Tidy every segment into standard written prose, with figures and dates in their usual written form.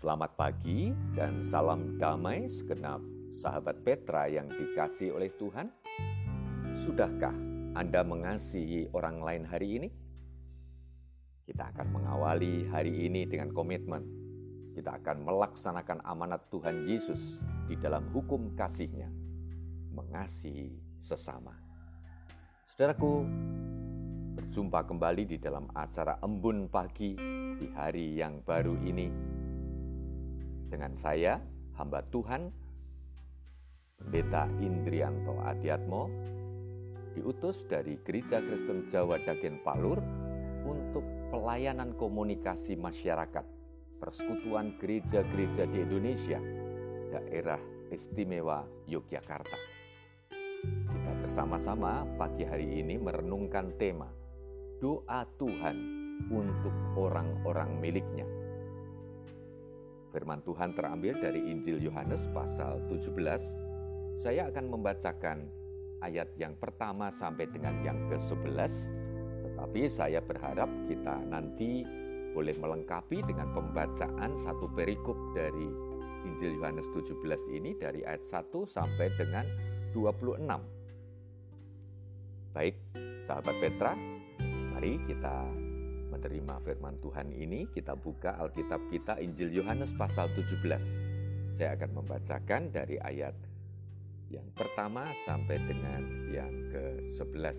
Selamat pagi dan salam damai segenap sahabat Petra yang dikasihi oleh Tuhan. Sudahkah Anda mengasihi orang lain hari ini? Kita akan mengawali hari ini dengan komitmen. Kita akan melaksanakan amanat Tuhan Yesus di dalam hukum kasih-Nya, mengasihi sesama. Saudaraku, berjumpa kembali di dalam acara Embun Pagi di hari yang baru ini. Dengan saya, hamba Tuhan, Pendeta Indrianto Adiatmo, diutus dari Gereja Kristen Jawa Dagen Palur untuk pelayanan komunikasi masyarakat, Persekutuan Gereja-Gereja di Indonesia, Daerah Istimewa Yogyakarta. Kita bersama-sama pagi hari ini merenungkan tema Doa Tuhan untuk orang-orang milik-Nya. Firman Tuhan terambil dari Injil Yohanes pasal 17. Saya akan membacakan ayat yang pertama sampai dengan yang ke-11. Tetapi saya berharap kita nanti boleh melengkapi dengan pembacaan satu perikop dari Injil Yohanes 17 ini dari ayat 1 sampai dengan 26. Baik, sahabat Petra, mari kita menerima firman Tuhan ini. Kita buka Alkitab kita Injil Yohanes pasal 17. Saya akan membacakan dari ayat yang pertama sampai dengan yang ke-11.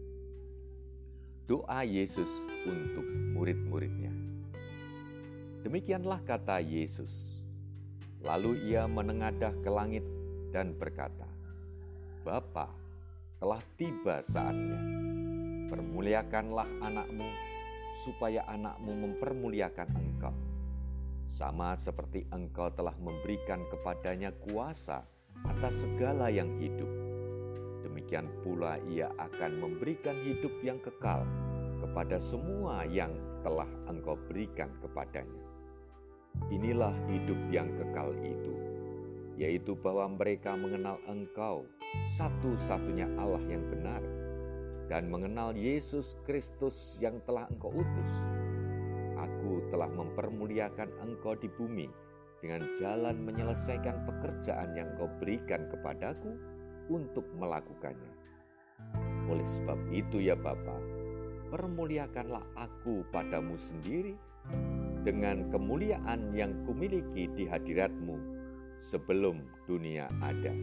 Doa Yesus untuk murid-murid-Nya. Demikianlah kata Yesus. Lalu Ia menengadah ke langit dan berkata, Bapa, telah tiba saatnya. Permuliakanlah anakmu, supaya anakmu mempermuliakan engkau. Sama seperti engkau telah memberikan kepadanya kuasa atas segala yang hidup. Demikian pula ia akan memberikan hidup yang kekal kepada semua yang telah engkau berikan kepadanya. Inilah hidup yang kekal itu, yaitu bahwa mereka mengenal engkau, satu-satunya Allah yang benar, dan mengenal Yesus Kristus yang telah engkau utus. Aku telah mempermuliakan engkau di bumi dengan jalan menyelesaikan pekerjaan yang engkau berikan kepadaku untuk melakukannya. Oleh sebab itu ya Bapa, permuliakanlah aku padamu sendiri dengan kemuliaan yang kumiliki di hadiratmu sebelum dunia ada.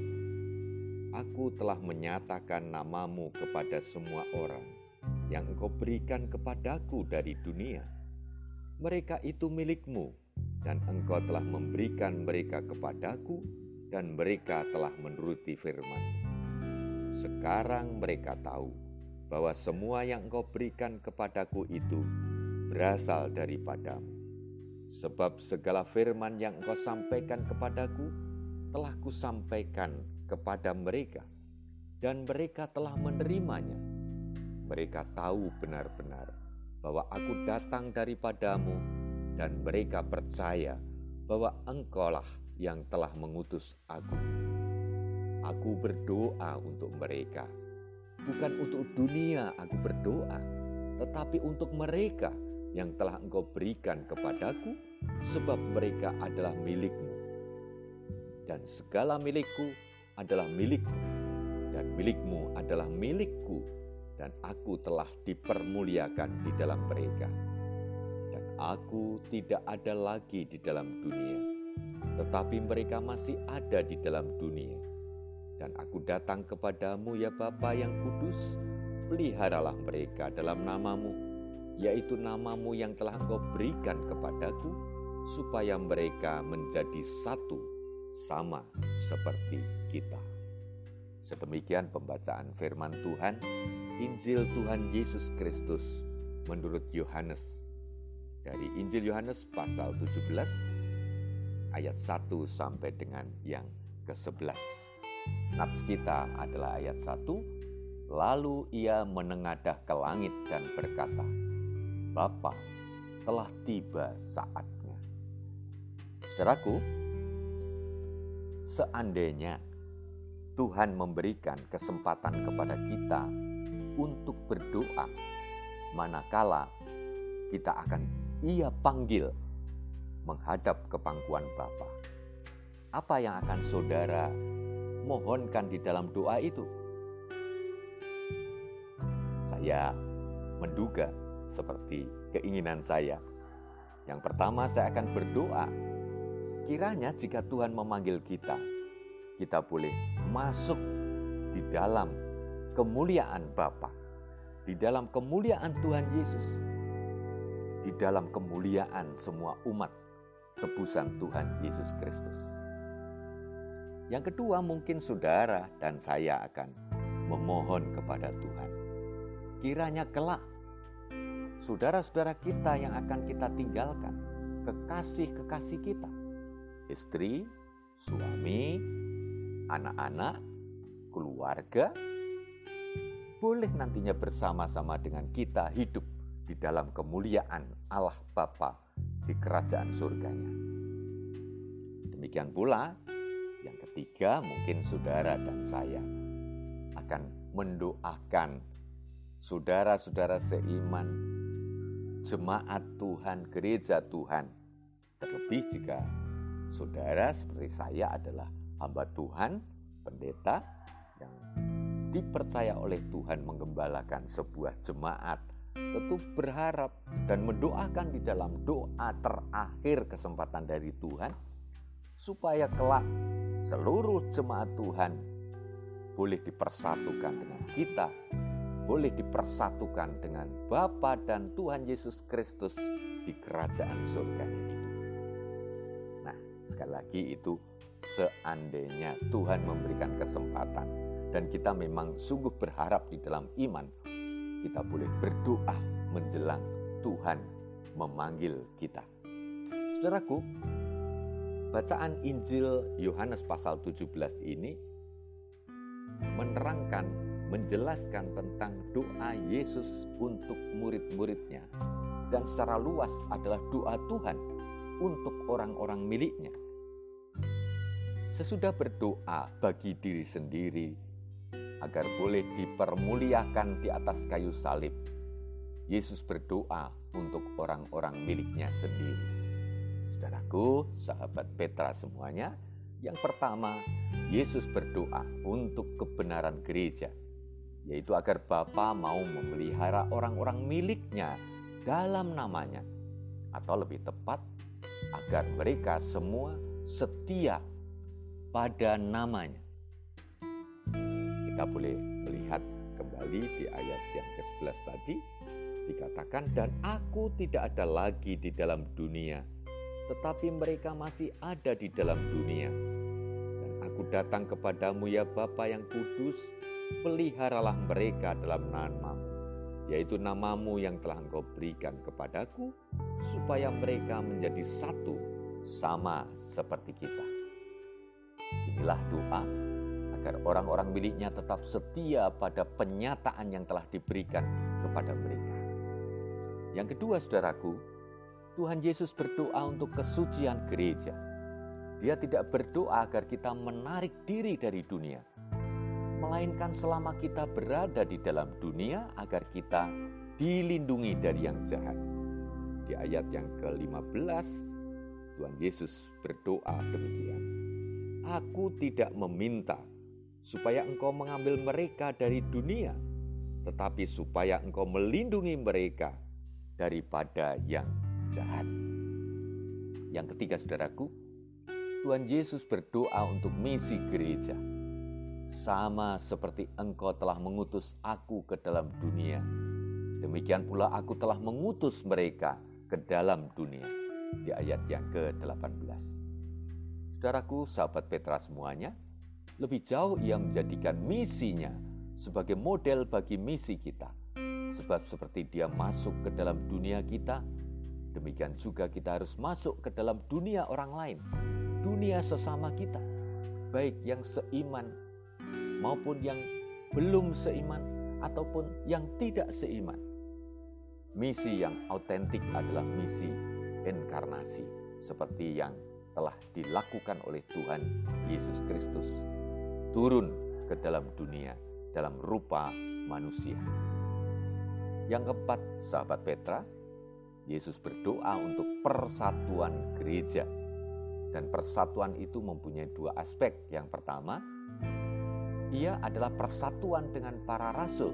Aku telah menyatakan namamu kepada semua orang yang engkau berikan kepadaku dari dunia. Mereka itu milikmu, dan engkau telah memberikan mereka kepadaku, dan mereka telah menuruti firman. Sekarang mereka tahu bahwa semua yang engkau berikan kepadaku itu berasal daripadamu. Sebab segala firman yang engkau sampaikan kepadaku telah kusampaikan kepada mereka, dan mereka telah menerimanya. Mereka tahu benar-benar bahwa aku datang daripadamu, dan mereka percaya bahwa engkaulah yang telah mengutus aku. Aku berdoa untuk mereka, bukan untuk dunia aku berdoa, tetapi untuk mereka yang telah engkau berikan kepadaku, sebab mereka adalah milikmu. Dan segala milikku adalah milikmu, dan milikmu adalah milikku, dan aku telah dipermuliakan di dalam mereka. Dan aku tidak ada lagi di dalam dunia, tetapi mereka masih ada di dalam dunia. Dan aku datang kepadamu ya Bapa yang kudus, peliharalah mereka dalam namamu, yaitu namamu yang telah engkau berikan kepadaku, supaya mereka menjadi satu, sama seperti kita. Sedemikian pembacaan firman Tuhan, Injil Tuhan Yesus Kristus menurut Yohanes. Dari Injil Yohanes pasal 17 ayat 1 sampai dengan yang ke-11. Nats kita adalah ayat 1. Lalu ia menengadah ke langit dan berkata, Bapa, telah tiba saatnya. Saudaraku, seandainya Tuhan memberikan kesempatan kepada kita untuk berdoa, manakala kita akan Ia panggil menghadap ke pangkuan Bapa. Apa yang akan saudara mohonkan di dalam doa itu? Saya menduga seperti keinginan saya. Yang pertama, saya akan berdoa, kiranya jika Tuhan memanggil kita, kita boleh masuk di dalam kemuliaan Bapa, di dalam kemuliaan Tuhan Yesus, di dalam kemuliaan semua umat tebusan Tuhan Yesus Kristus. Yang kedua, mungkin saudara dan saya akan memohon kepada Tuhan, kiranya kelak saudara-saudara kita yang akan kita tinggalkan, kekasih-kekasih kita, istri, suami, anak-anak, keluarga, boleh nantinya bersama-sama dengan kita hidup di dalam kemuliaan Allah Bapa di kerajaan surganya. Demikian pula, yang ketiga, mungkin saudara dan saya akan mendoakan saudara-saudara seiman, jemaat Tuhan, gereja Tuhan. Terlebih jika saudara seperti saya adalah hamba Tuhan, pendeta yang dipercaya oleh Tuhan menggembalakan sebuah jemaat, tentu berharap dan mendoakan di dalam doa terakhir kesempatan dari Tuhan, supaya kelak seluruh jemaat Tuhan boleh dipersatukan dengan kita, boleh dipersatukan dengan Bapa dan Tuhan Yesus Kristus di kerajaan surganya itu. Nah, sekali lagi itu seandainya Tuhan memberikan kesempatan dan kita memang sungguh berharap di dalam iman, kita boleh berdoa menjelang Tuhan memanggil kita. Saudaraku, bacaan Injil Yohanes pasal 17 ini menerangkan, menjelaskan tentang doa Yesus untuk murid-muridnya, dan secara luas adalah doa Tuhan untuk orang-orang miliknya. Sesudah berdoa bagi diri sendiri agar boleh dipermuliakan di atas kayu salib, Yesus berdoa untuk orang-orang miliknya sendiri. Saudaraku, sahabat Petra semuanya, yang pertama, Yesus berdoa untuk kebenaran gereja, yaitu agar Bapa mau memelihara orang-orang miliknya dalam namanya, atau lebih tepat, agar mereka semua setia pada namanya. Kita boleh melihat kembali di ayat yang ke-11 tadi, dikatakan, dan aku tidak ada lagi di dalam dunia, tetapi mereka masih ada di dalam dunia. Dan aku datang kepadamu ya Bapa yang kudus, peliharalah mereka dalam namamu, yaitu namamu yang telah engkau berikan kepadaku, supaya mereka menjadi satu sama seperti kita. Inilah doa agar orang-orang miliknya tetap setia pada penyataan yang telah diberikan kepada mereka. Yang kedua, saudaraku, Tuhan Yesus berdoa untuk kesucian gereja. Dia tidak berdoa agar kita menarik diri dari dunia, melainkan selama kita berada di dalam dunia agar kita dilindungi dari yang jahat. Di ayat yang ke-15, Tuhan Yesus berdoa demikian. Aku tidak meminta supaya engkau mengambil mereka dari dunia, tetapi supaya engkau melindungi mereka daripada yang jahat. Yang ketiga, saudaraku, Tuhan Yesus berdoa untuk misi gereja. Sama seperti engkau telah mengutus aku ke dalam dunia, demikian pula aku telah mengutus mereka ke dalam dunia. Di ayat yang ke-18. Saudaraku, sahabat Petra semuanya, lebih jauh ia menjadikan misinya sebagai model bagi misi kita. Sebab seperti dia masuk ke dalam dunia kita, demikian juga kita harus masuk ke dalam dunia orang lain, dunia sesama kita, baik yang seiman maupun yang belum seiman ataupun yang tidak seiman. Misi yang autentik adalah misi inkarnasi, seperti yang telah dilakukan oleh Tuhan Yesus Kristus, turun ke dalam dunia dalam rupa manusia. Yang keempat, sahabat Petra, Yesus berdoa untuk persatuan gereja. Dan persatuan itu mempunyai dua aspek. Yang pertama, ia adalah persatuan dengan para rasul.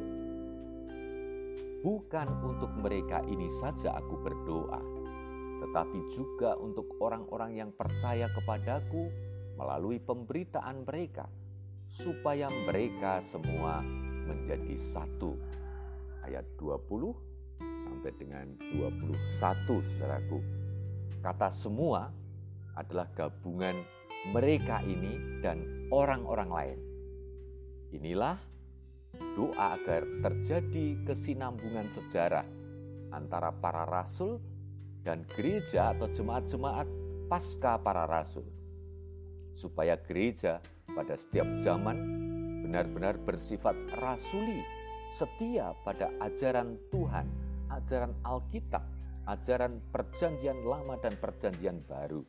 Bukan untuk mereka ini saja aku berdoa, tetapi juga untuk orang-orang yang percaya kepadaku melalui pemberitaan mereka, supaya mereka semua menjadi satu. Ayat 20 sampai dengan 21, saudaraku. Kata semua adalah gabungan mereka ini dan orang-orang lain. Inilah doa agar terjadi kesinambungan sejarah antara para rasul dan gereja atau jemaat-jemaat pasca para rasul, supaya gereja pada setiap zaman benar-benar bersifat rasuli, setia pada ajaran Tuhan, ajaran Alkitab, ajaran perjanjian lama dan perjanjian baru.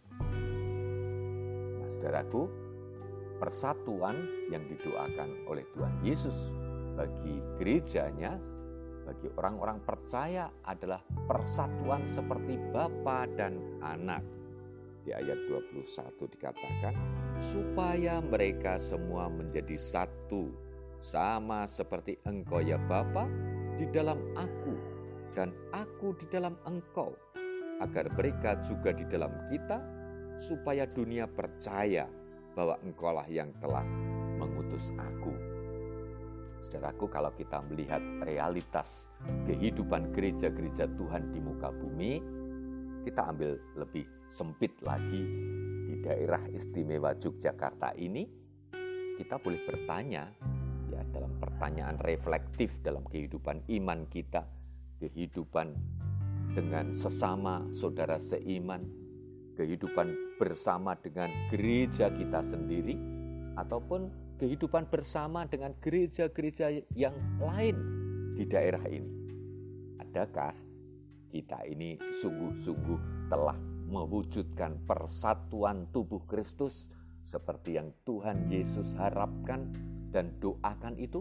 Nah, saudaraku, persatuan yang didoakan oleh Tuhan Yesus bagi gerejanya, bagi orang-orang percaya adalah persatuan seperti Bapa dan Anak. Di ayat 21 dikatakan, supaya mereka semua menjadi satu, sama seperti Engkau ya Bapa di dalam aku dan aku di dalam Engkau, agar mereka juga di dalam kita, supaya dunia percaya bahwa Engkaulah yang telah mengutus aku. Saudaraku, kalau kita melihat realitas kehidupan gereja-gereja Tuhan di muka bumi, kita ambil lebih sempit lagi di daerah istimewa Yogyakarta ini, kita boleh bertanya, ya, dalam pertanyaan reflektif dalam kehidupan iman kita, kehidupan dengan sesama saudara seiman, kehidupan bersama dengan gereja kita sendiri, ataupun kehidupan bersama dengan gereja-gereja yang lain di daerah ini. Adakah kita ini sungguh-sungguh telah mewujudkan persatuan tubuh Kristus seperti yang Tuhan Yesus harapkan dan doakan itu?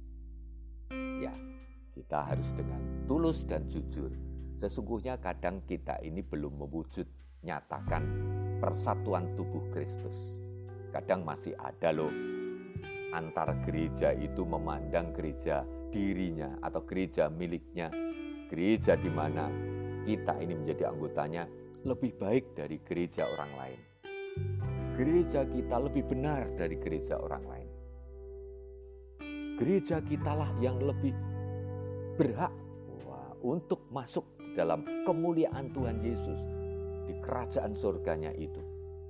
Ya, kita harus dengan tulus dan jujur. Sesungguhnya kadang kita ini belum mewujud nyatakan persatuan tubuh Kristus. Kadang masih ada loh, antar gereja itu memandang gereja dirinya atau gereja miliknya, gereja di mana kita ini menjadi anggotanya lebih baik dari gereja orang lain. Gereja kita lebih benar dari gereja orang lain. Gereja kitalah yang lebih berhak untuk masuk di dalam kemuliaan Tuhan Yesus di kerajaan surganya itu.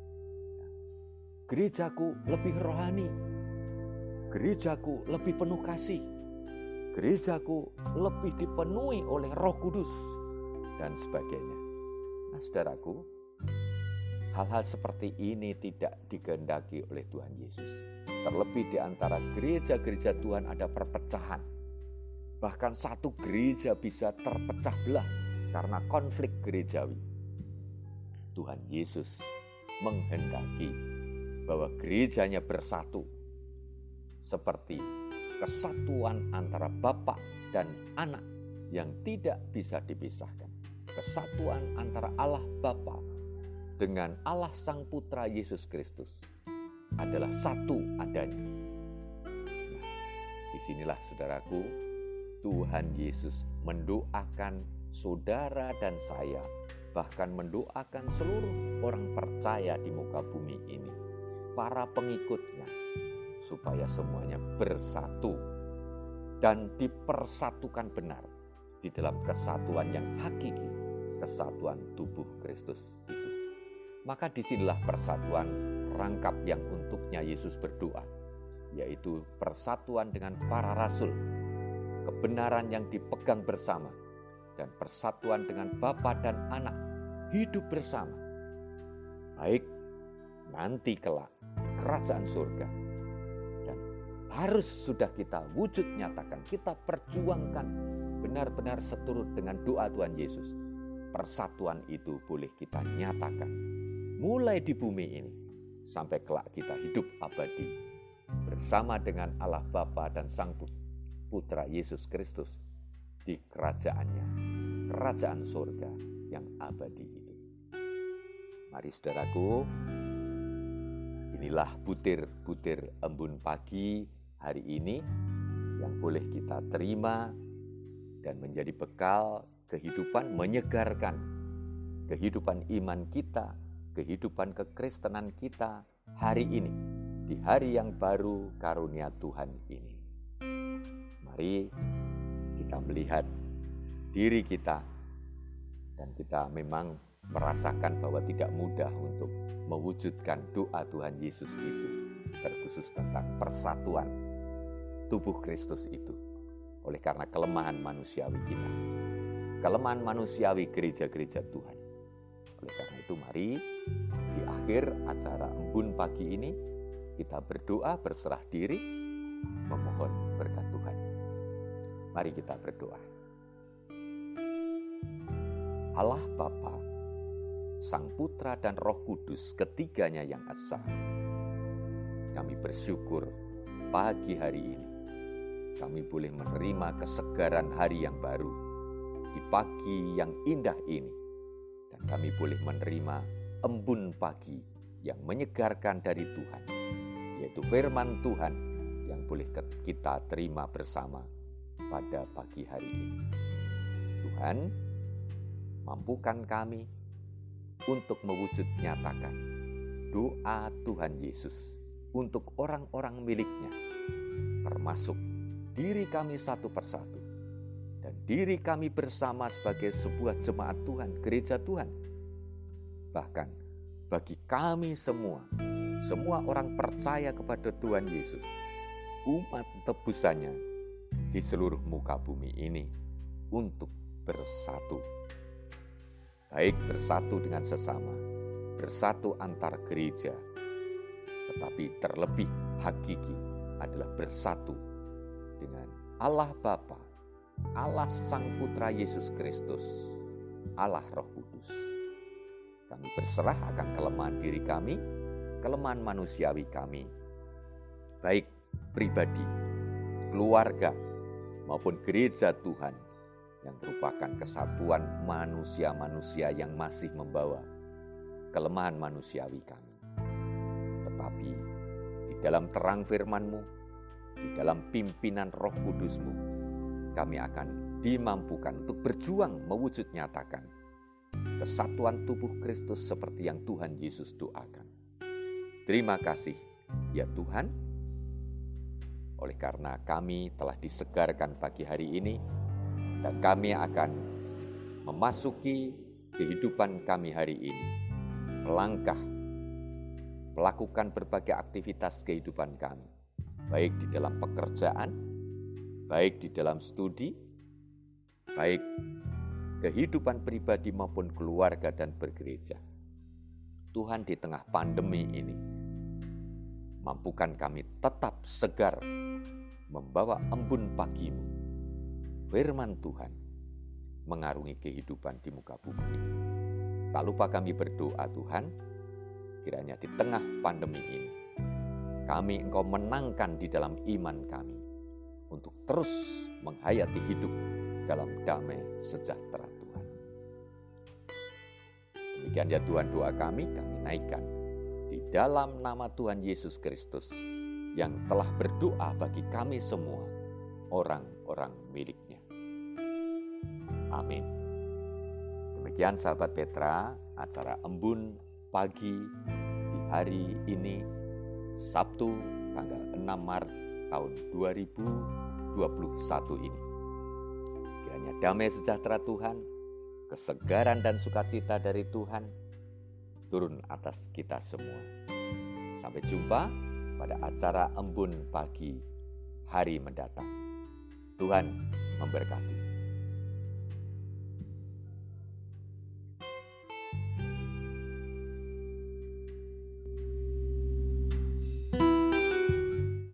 Gerejaku lebih rohani, gerejaku lebih penuh kasih, gerejaku lebih dipenuhi oleh Roh Kudus, dan sebagainya. Nah, saudaraku, hal-hal seperti ini tidak dikehendaki oleh Tuhan Yesus. Terlebih di antara gereja-gereja Tuhan ada perpecahan. Bahkan satu gereja bisa terpecah belah karena konflik gerejawi. Tuhan Yesus menghendaki bahwa gerejanya bersatu seperti kesatuan antara Bapa dan Anak yang tidak bisa dipisahkan. Kesatuan antara Allah Bapa dengan Allah Sang Putra Yesus Kristus adalah satu adanya. Nah, disinilah saudaraku, Tuhan Yesus mendoakan saudara dan saya, bahkan mendoakan seluruh orang percaya di muka bumi ini, para pengikutnya, supaya semuanya bersatu dan dipersatukan benar di dalam kesatuan yang hakiki, kesatuan tubuh Kristus itu. Maka disinilah persatuan rangkap yang untuknya Yesus berdoa, yaitu persatuan dengan para rasul, kebenaran yang dipegang bersama, dan persatuan dengan Bapa dan Anak hidup bersama. Baik nanti kelak kerajaan surga, dan harus sudah kita wujud nyatakan, kita perjuangkan benar-benar seturut dengan doa Tuhan Yesus. Persatuan itu boleh kita nyatakan mulai di bumi ini sampai kelak kita hidup abadi bersama dengan Allah Bapa dan Sang Putra Yesus Kristus di kerajaannya, kerajaan surga yang abadi itu. Mari saudaraku, inilah butir-butir embun pagi hari ini yang boleh kita terima dan menjadi bekal kehidupan, menyegarkan kehidupan iman kita, kehidupan kekristenan kita hari ini, di hari yang baru karunia Tuhan ini. Mari kita melihat diri kita, dan kita memang merasakan bahwa tidak mudah untuk mewujudkan doa Tuhan Yesus itu, terkhusus tentang persatuan tubuh Kristus itu, oleh karena kelemahan manusiawi kita, kelemahan manusiawi gereja-gereja Tuhan. Oleh karena itu mari di akhir acara embun pagi ini kita berdoa, berserah diri, memohon berkat Tuhan. Mari kita berdoa. Allah Bapa, Sang Putra dan Roh Kudus, ketiganya yang esa, kami bersyukur pagi hari ini kami boleh menerima kesegaran hari yang baru di pagi yang indah ini, dan kami boleh menerima embun pagi yang menyegarkan dari Tuhan, yaitu firman Tuhan yang boleh kita terima bersama pada pagi hari ini. Tuhan, mampukan kami untuk mewujud nyatakan doa Tuhan Yesus untuk orang-orang miliknya, termasuk diri kami satu persatu, dan diri kami bersama sebagai sebuah jemaat Tuhan, gereja Tuhan. Bahkan bagi kami semua orang percaya kepada Tuhan Yesus, umat tebusannya di seluruh muka bumi ini, untuk bersatu. Baik bersatu dengan sesama, bersatu antar gereja, tetapi terlebih hakiki adalah bersatu dengan Allah Bapa, Allah Sang Putra Yesus Kristus, Allah Roh Kudus. Kami berserah akan kelemahan diri kami, kelemahan manusiawi kami, baik pribadi, keluarga, maupun gereja Tuhan, yang merupakan kesatuan manusia-manusia yang masih membawa kelemahan manusiawi kami. Tetapi di dalam terang firman-Mu, di dalam pimpinan Roh Kudus-Mu, kami akan dimampukan untuk berjuang mewujud nyatakan kesatuan tubuh Kristus seperti yang Tuhan Yesus doakan. Terima kasih ya Tuhan, oleh karena kami telah disegarkan pagi hari ini, dan kami akan memasuki kehidupan kami hari ini, melangkah, melakukan berbagai aktivitas kehidupan kami, baik di dalam pekerjaan, baik di dalam studi, baik kehidupan pribadi maupun keluarga dan bergereja. Tuhan, di tengah pandemi ini, mampukan kami tetap segar membawa embun pagi-Mu, firman Tuhan mengarungi kehidupan di muka bumi ini. Tak lupa kami berdoa Tuhan, kiranya di tengah pandemi ini, kami Engkau menangkan di dalam iman kami, untuk terus menghayati hidup dalam damai sejahtera Tuhan. Demikian ya Tuhan doa kami naikkan di dalam nama Tuhan Yesus Kristus, yang telah berdoa bagi kami semua, orang-orang miliknya. Amin. Demikian sahabat Petra, acara embun pagi di hari ini, Sabtu tanggal 6 Maret tahun 2021 ini. Kiranya damai sejahtera Tuhan, kesegaran dan sukacita dari Tuhan turun atas kita semua. Sampai jumpa pada acara embun pagi hari mendatang. Tuhan memberkati.